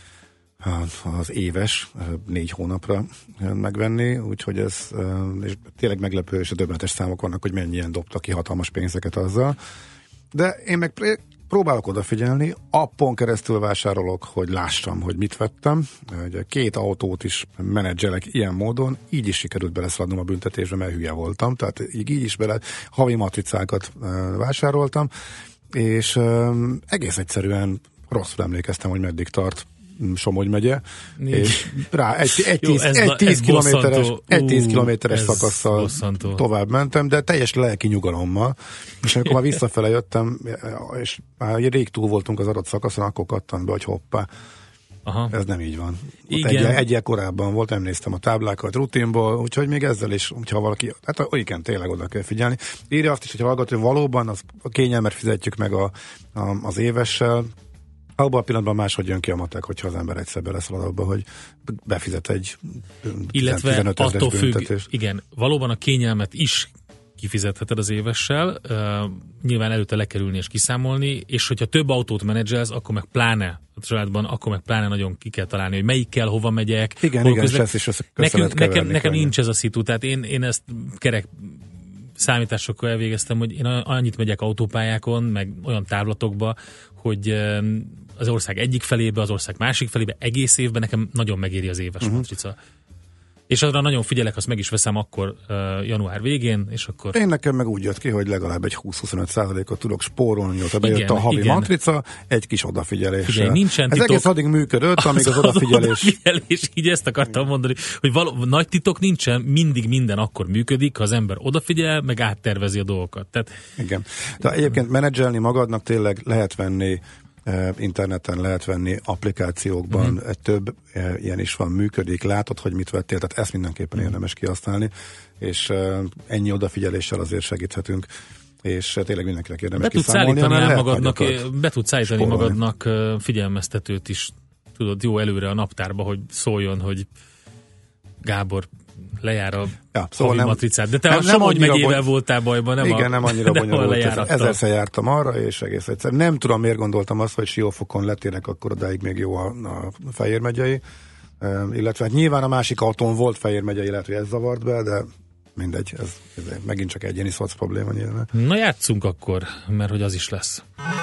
az éves négy hónapra megvenni, úgyhogy ez és tényleg meglepő, és döbbenetes számok vannak, hogy mennyien dobtak ki hatalmas pénzeket azzal. De én meg próbálok odafigyelni, appon keresztül vásárolok, hogy lássam, hogy mit vettem. Ugye két autót is menedzselek ilyen módon, így is sikerült beleszaladnom a büntetésbe, mert hülye voltam, tehát így, így is bele havi matricákat vásároltam, és um, egész egyszerűen rosszul emlékeztem, hogy meddig tart Somogy megye, Négy. és rá egy, egy, Jó, tíz, egy, tíz kilométeres, egy tíz kilométeres szakasszal bosszantó. Tovább mentem, de teljes lelki nyugalommal, és amikor már visszafele jöttem, és már rég túl voltunk az adott szakaszon, akkor kattant be, hogy hoppá, aha. Ez nem így van. Egy, egyel korábban volt, nem néztem a táblákat rutinból, úgyhogy még ezzel is, hogyha valaki, hát igen, tényleg oda kell figyelni. Írja azt is, hogy hallgató, hogy valóban az, a kényelmet fizetjük meg a, a, az évessel. Abban a pillanatban máshogy jön ki a matek, hogyha az ember egyszer beleszalad abba, hogy befizet egy illetve attól függ, igen, valóban a kényelmet is kifizetheted az évessel, uh, nyilván előtte lekerülni és kiszámolni, és hogyha több autót menedzselsz, akkor meg pláne a családban, akkor meg pláne nagyon ki kell találni, hogy melyikkel hova megyek. Igen, igen, közle... és ezt is Nekünk, nekem, nekem nincs ez a szitu, tehát én, én ezt kerek számításokkal elvégeztem, hogy én annyit megyek autópályákon, meg olyan távlatokba, hogy az ország egyik felébe, az ország másik felébe, egész évben nekem nagyon megéri az éves uh-huh. matrica. És arra nagyon figyelek, azt meg is veszem akkor uh, január végén, és akkor... Én nekem meg úgy jött ki, hogy legalább egy húsz-huszonöt százalékot tudok spórolni, hogy bejött igen, a havi igen. matrica, egy kis odafigyeléssel. Figyelj, nincsen Ez titok, egész addig működött, amíg az, az odafigyelés... Az odafigyelés, így ezt akartam mondani, hogy való, nagy titok nincsen, mindig minden akkor működik, ha az ember odafigyel, meg áttervezi a dolgokat. Tehát... Igen. De egyébként menedzselni magadnak tényleg lehet venni interneten, lehet venni applikációkban, uh-huh. több ilyen is van, működik, látod, hogy mit vettél, tehát ezt mindenképpen uh-huh. érdemes kihasználni, és ennyi odafigyeléssel azért segíthetünk, és tényleg mindenkinek érdemes be kiszámolni. Magadnak, be tudsz állítani magadnak figyelmeztetőt is, tudod, jó előre a naptárba, hogy szóljon, hogy Gábor lejár a ja, szóval havi matricát. De te nem, a Somogy megyével bon... voltál bajban, nem igen, a, nem annyira bonyolult. Ezerszer jártam arra, és egész egyszer. Nem tudom, miért gondoltam azt, hogy Siófokon letérek, akkor odáig még jó a, a Fejér megyei. Uh, illetve hát nyilván a másik autón volt Fejér megyei, lehet, hogy ez zavart be, de mindegy, ez, ez megint csak egyéni szoc probléma nyilván. Na játsszunk akkor, mert hogy az is lesz.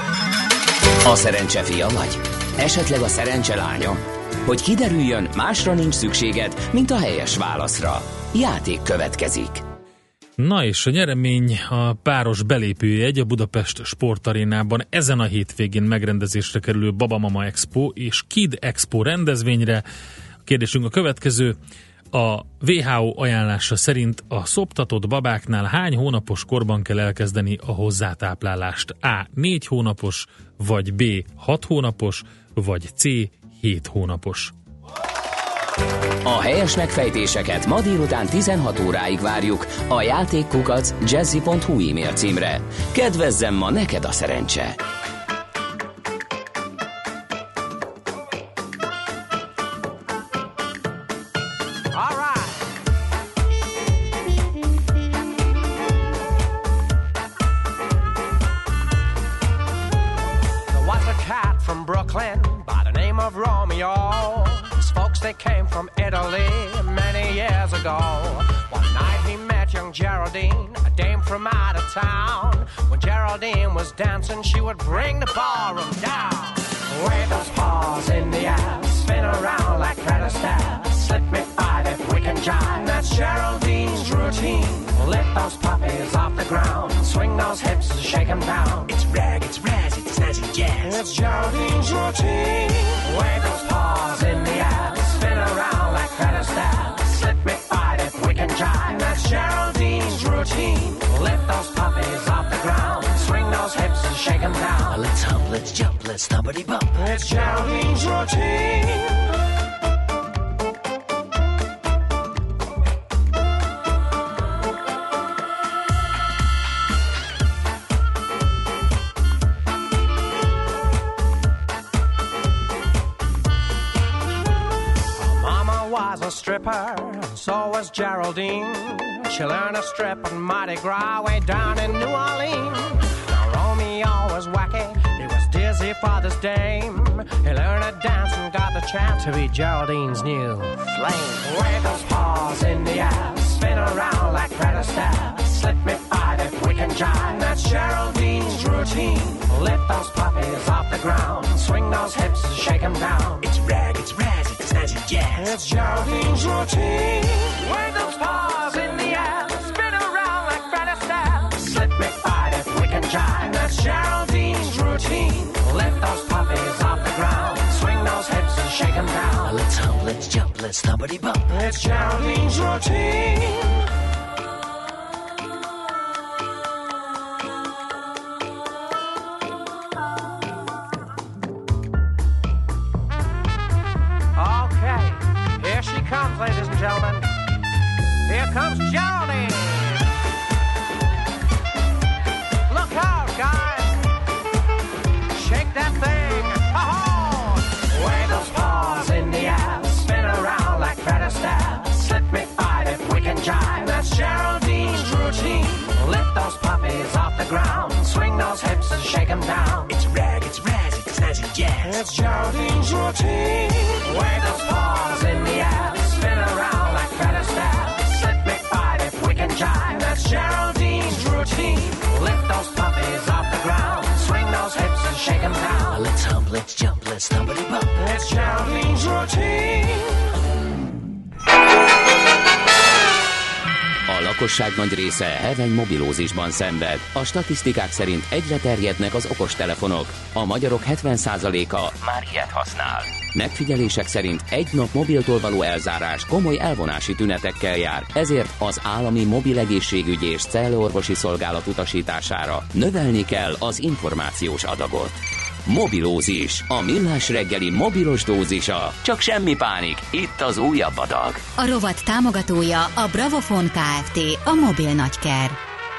A szerencse fia vagy? Esetleg a szerencse lánya? Hogy kiderüljön, másra nincs szükséged, mint a helyes válaszra. Játék következik. Na és a nyeremény a páros belépőjegy a Budapest Sportarénában ezen a hétvégén megrendezésre kerülő Babamama Expo és Kid Expo rendezvényre. A kérdésünk a következő. A dupla vé há ó ajánlása szerint a szoptatott babáknál hány hónapos korban kell elkezdeni a hozzátáplálást? A. négy hónapos, vagy B. hat hónapos, vagy C. hét hónapos. A helyes megfejtéseket ma délután tizenhat óráig várjuk a játékkukac jazzy pont hu e-mail címre. Kedvezzem ma neked a szerencse! They came from Italy many years ago. One night he met young Geraldine, a dame from out of town. When Geraldine was dancing, she would bring the ballroom down. Wave those paws in the air, spin around like Fred Astaire. Slip me five if we can jive. That's Geraldine's routine. Lift those puppies off the ground, swing those hips and shake them down. It's rag, it's razz, it's snazzy jazz. It's Geraldine's routine. Wave those paws in the air, spin around like Fred Astaire. Slip me five if we can jive. That's Geraldine's routine. Lift those puppies off the ground, swing those hips and shake them down. Let's hump, let's jump, let's thumpity bump. It's Geraldine's routine. A stripper, and so was Geraldine. She learned to strip on Mardi Gras way down in New Orleans. Now Romeo was wacky, he was dizzy for this dame. He learned to dance and got the chance to be Geraldine's new flame. Wave those paws in the air, spin around like Fred Astaire. Slip me five if we can jive. That's Geraldine's routine. Lift those puppies off the ground, swing those hips and shake them down. It's rag, it's razz, it's snazzy jazz. It's Geraldine's routine. Wave those paws in the air, spin around like Fred Astaire. Slip me five if we can jive. That's Geraldine's routine. Lift those puppies off the ground, swing those hips and shake them down. Let's hump, let's jump, let's thumpity bump. It's Geraldine's routine. Comes, ladies and gentlemen. Here comes Geraldine. Look out, guys. Shake that thing. Oh-ho! Wave those paws in the air, spin around like Fred Astaire. Slip me five if we can jive. That's Geraldine's routine. Lift those puppies off the ground, swing those hips and shake them down. It's rag, it's razz, it's snazzy jazz. It's Geraldine's routine. Wave those paws in the air, spin around like Fred Astaire. Slip me five if we can jive. That's Geraldine's routine. Lift those puppies off the ground, swing those hips and shake them down. Let's hump, let's jump, let's thumpity bump. It's Geraldine's routine. A lakosság nagy része heveny mobilózisban szenved. A statisztikák szerint egyre terjednek az okostelefonok. A magyarok hetven százaléka már ilyet használ. Megfigyelések szerint egy nap mobiltól való elzárás komoly elvonási tünetekkel jár, ezért az állami mobil egészségügyi és cellorvosi szolgálat utasítására növelni kell az információs adagot. Mobilózis, a millás reggeli mobilos dózisa. Csak semmi pánik, itt az újabb adag. A rovat támogatója a Bravofon Kft. A mobil nagyker.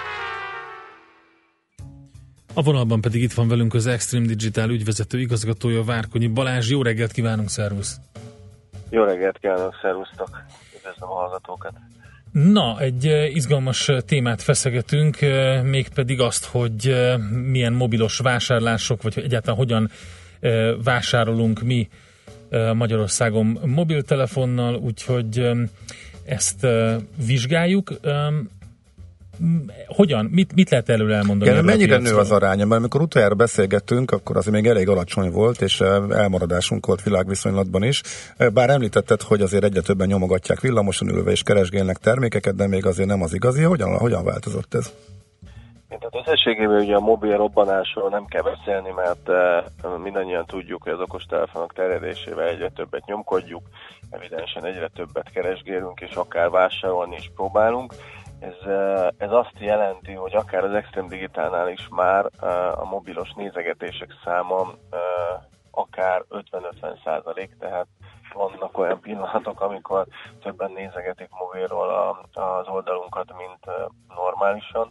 A vonalban pedig itt van velünk az Extreme Digital ügyvezető igazgatója, Várkonyi Balázs. Jó reggelt kívánunk, szervusz! Jó reggelt kívánok, szervusztok! Üdvözlöm a hallgatókat! Na, egy izgalmas témát feszegetünk, mégpedig azt, hogy milyen mobilos vásárlások, vagy egyáltalán hogyan vásárolunk mi Magyarországon mobiltelefonnal, úgyhogy ezt vizsgáljuk. Hogyan? Mit, mit lehet előre elmondani? Igen, mennyire nő az aránya? Mert amikor utoljára beszélgettünk, akkor azért még elég alacsony volt, és elmaradásunk volt világviszonylatban is. Bár említetted, hogy azért egyre többen nyomogatják villamoson ülve és keresgélnek termékeket, de még azért nem az igazi. Hogyan, hogyan változott ez? Tehát összességében ugye a mobil robbanásról nem kell beszélni, mert uh, mindannyian tudjuk, hogy az okostelefonok terjedésével egyre többet nyomkodjuk, evidensen egyre többet keresgélünk, és akár vásárolni is próbálunk. Ez, uh, ez azt jelenti, hogy akár az Extreme Digitalnál is már uh, a mobilos nézegetések száma uh, akár ötven-ötven százalék, tehát vannak olyan pillanatok, amikor többen nézegetik mobilról a, az oldalunkat, mint uh, normálisan.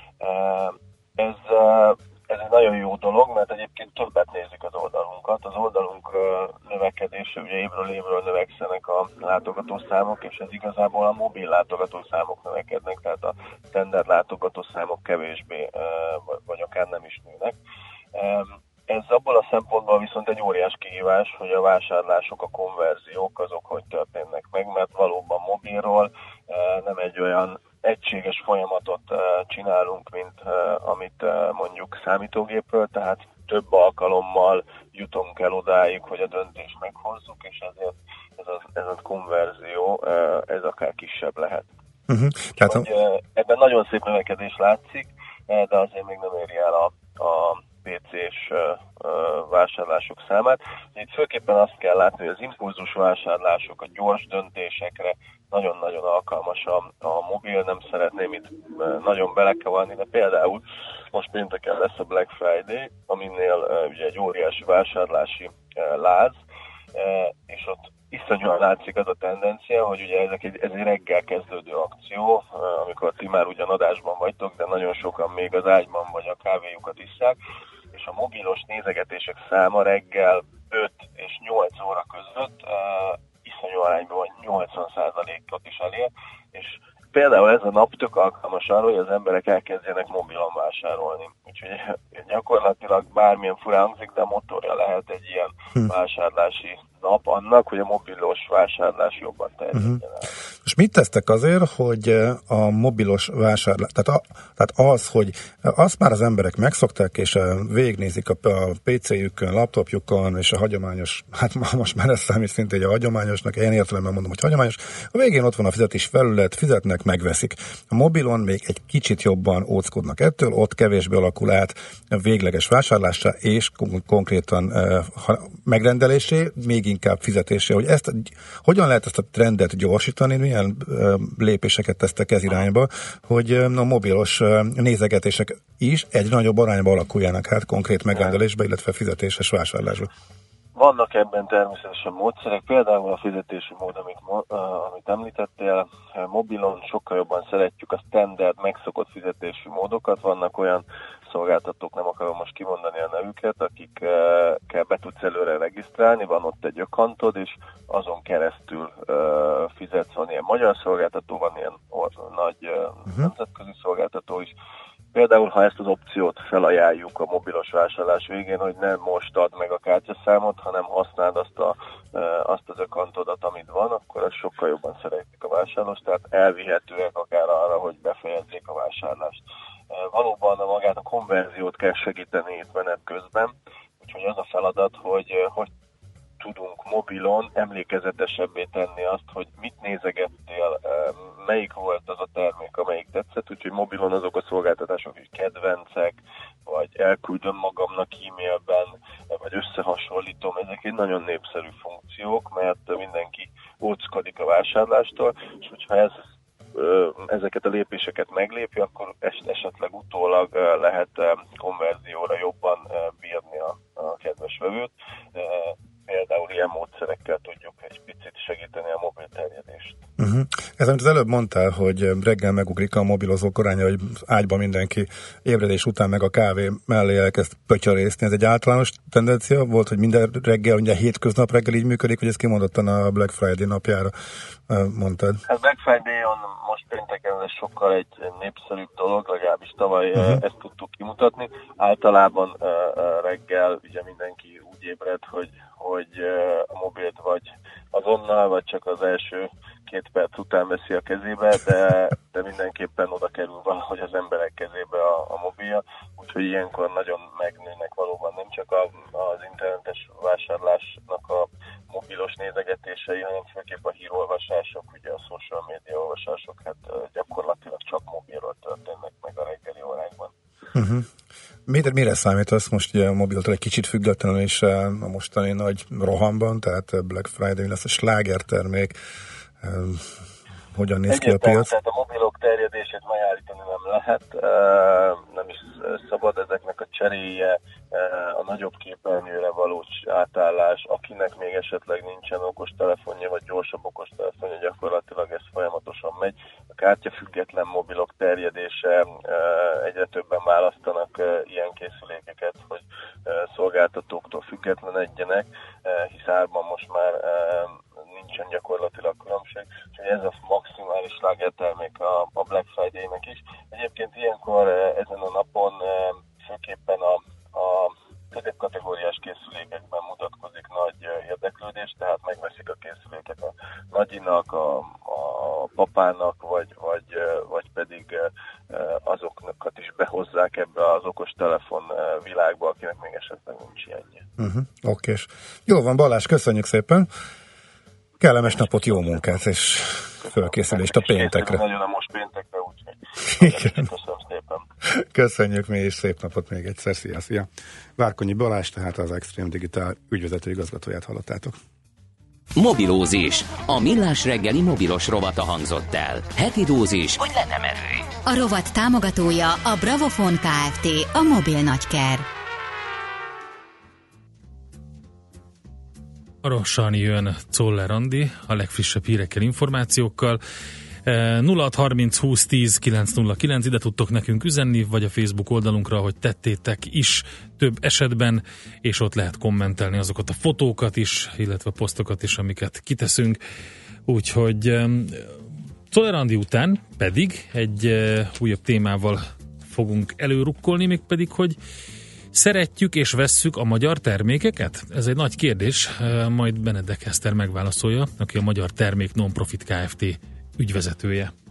Ez, ez egy nagyon jó dolog, mert egyébként többet nézik az oldalunkat. Az oldalunk növekedése, ugye évről évről növekszenek a látogatószámok, és ez igazából a mobil látogatószámok növekednek, tehát a standard látogatószámok kevésbé, vagy akár nem is nőnek. Ez abból a szempontból viszont egy óriás kihívás, hogy a vásárlások, a konverziók azok hogy történnek meg, mert valóban mobilról nem egy olyan egységes folyamatot uh, csinálunk, mint uh, amit uh, mondjuk számítógépről, tehát több alkalommal jutunk el odáig, hogy a döntést meghozzuk, és ezért ez a, ez a konverzió, uh, ez akár kisebb lehet. Uh-huh. Tehát hogy, uh, ebben nagyon szép növekedés látszik, uh, de azért még nem éri el a, a pé cés uh, uh, vásárlások számát. Itt főképpen azt kell látni, hogy az impulzus vásárlások, a gyors döntésekre nagyon-nagyon alkalmas a, a mobil, nem szeretném itt nagyon belekevarni, de például most pénteken lesz a Black Friday, aminél uh, ugye egy óriási vásárlási uh, láz, uh, és ott iszonyúan látszik az a tendencia, hogy ugye ezek egy, ez egy reggel kezdődő akció, uh, amikor ti már ugyan adásban vagytok, de nagyon sokan még az ágyban vagy a kávéjukat isszák, és a mobilos nézegetések száma reggel öt és nyolc óra között uh, iszonyú arányban vagy nyolcvan százalékot is elér, és például ez a nap tök alkalmas arra, hogy az emberek elkezdjenek mobilon vásárolni. Úgyhogy gyakorlatilag bármilyen furán hangzik, de a motorja lehet egy ilyen hm. vásárlási nap annak, hogy a mobilos vásárlás jobban terjedjen el. Uh-huh. És mit tesztek azért, hogy a mobilos vásárlás, tehát, a, tehát az, hogy azt már az emberek megszokták, és végignézik a, a pé céjükön, laptopjukon, és a hagyományos, hát most már ez számít szintén egy a hagyományosnak, én értelemben mondom, hogy hagyományos, a végén ott van a fizetés felület, fizetnek, megveszik. A mobilon még egy kicsit jobban óckodnak ettől, ott kevésbé alakul át a végleges vásárlásra, és konkrétan ha megrendelésé, még inkább fizetésé. Hogy ezt, hogyan lehet ezt a trendet gyorsítani, milyen lépéseket tesztek ez irányba, hogy a mobilos nézegetések is egyre nagyobb arányba alakuljanak át konkrét megrendelésbe, illetve fizetéses vásárlásba? Vannak ebben természetesen módszerek, például a fizetési mód, amit, amit említettél, mobilon sokkal jobban szeretjük a standard megszokott fizetési módokat, vannak olyan szolgáltatók, nem akarom most kimondani a nevüket, akikkel be tudsz előre regisztrálni, van ott egy accountod, és azon keresztül fizetsz, van ilyen magyar szolgáltató, van ilyen or- nagy uh-huh. nemzetközi szolgáltató is. Például, ha ezt az opciót felajánljuk a mobilos vásárlás végén, hogy nem most add meg a kártyaszámot, hanem használd azt, a, azt az accountodat, amit van, akkor az sokkal jobban szeretik a vásárlást, tehát elvihetőek akár arra, hogy befejezzék a vásárlást. Valóban magát a konverziót kell segíteni itt menet közben, úgyhogy az a feladat, hogy hogy tudunk mobilon emlékezetesebbé tenni azt, hogy mit nézegettél, melyik volt az a termék, amelyik tetszett, úgyhogy mobilon azok a szolgáltatások, hogy kedvencek, vagy elküldöm magamnak e-mailben, vagy összehasonlítom, ezek egy nagyon népszerű funkciók, mert mindenki óckodik a vásárlástól, és hogyha ez ezeket a lépéseket meglépi, akkor esetleg utólag lehet konverzióra jobban bírni a, a kedves vevőt. Például ilyen módszerekkel tudjuk egy picit segíteni a mobil terjedést. Uh-huh. Ez, amit az előbb mondtál, hogy reggel megugrik a mobilozók aránya, hogy ágyban mindenki ébredés után meg a kávé mellé elkezd pötyörészni. Ez egy általános tendencia volt, hogy minden reggel, ugye hétköznap reggel így működik, hogy ez kimondottan a Black Friday napjára mondtad? Hát Black Friday-on most pénteken ez sokkal egy népszerűbb dolog, legalábbis tavaly uh-huh. ezt tudtuk kimutatni. Általában reggel ugye mindenki úgy ébred, hogy hogy a mobilt vagy azonnal, vagy csak az első két perc után veszi a kezébe, de, de mindenképpen oda kerül valahogy az emberek kezébe a, a mobilja, úgyhogy ilyenkor nagyon megnőnek valóban nem csak a, az internetes vásárlásnak a mobilos nézegetései, hanem főképp a hírolvasások, ugye a social media olvasások, hát gyakorlatilag csak mobilról történnek meg a reggeli órákban. Szerinted mire számítasz most ugye a mobiltól egy kicsit függetlenül is a mostani nagy rohamban, tehát Black Friday lesz a slágertermék, hogyan néz ki a piac? Tehát a mobilok terjedését megállítani nem lehet, nem is szabad ezeknek a cseréje, a nagyobb képernyőre való átállás, akinek még esetleg nincsen okostelefonja, vagy gyorsabb okostelefonja, gyakorlatilag ez folyamatosan megy. A kártyafüggetlen mobilok terjedése, egyre többen választanak ilyen készülékeket, hogy szolgáltatóktól függetlenedjenek, hisz árban most már nincsen gyakorlatilag különbség, úgyhogy ez a maximális slágertermék a, a Black Friday-nek is. Egyébként ilyenkor ezen a napon főképpen a, a középkategóriás készülékekben mutatkozik nagy érdeklődés, tehát megveszik a készüléket a nagyinak, a, a papának, vagy, vagy, vagy pedig azokat is behozzák ebbe az okostelefon világba, akinek még esetleg nincs ilyenje. Uh-huh, Oké, és jó van, Balázs, köszönjük szépen! Kellemes napot, jó munkát, és fölkészülést a péntekre. Nagyon a most péntekre, úgyhogy igen. Köszönöm szépen. Köszönjük mi, és szép napot még egyszer. Szia, szia. Várkonyi Balázs, tehát az Extreme Digital ügyvezető igazgatóját hallottátok. Mobilózis. A millás reggeli mobilos rovata hangzott el. Heti dózis, hogy lenne merő. A rovat támogatója a Bravofon Kft. A mobil nagyker. Hamarosan jön Czoller Andi a legfrissebb hírekkel, információkkal. nulla hat harminc húsz tíz kilenc nulla kilenc, ide tudtok nekünk üzenni, vagy a Facebook oldalunkra, hogy tettétek is több esetben, és ott lehet kommentelni azokat a fotókat is, illetve a posztokat is, amiket kiteszünk. Úgyhogy Czoller Andi után pedig egy újabb témával fogunk előrukkolni, még pedig, hogy szeretjük és vesszük a magyar termékeket? Ez egy nagy kérdés, majd Benedek Eszter megválaszolja, aki a Magyar Termék Non-Profit Kft. Ügyvezetője.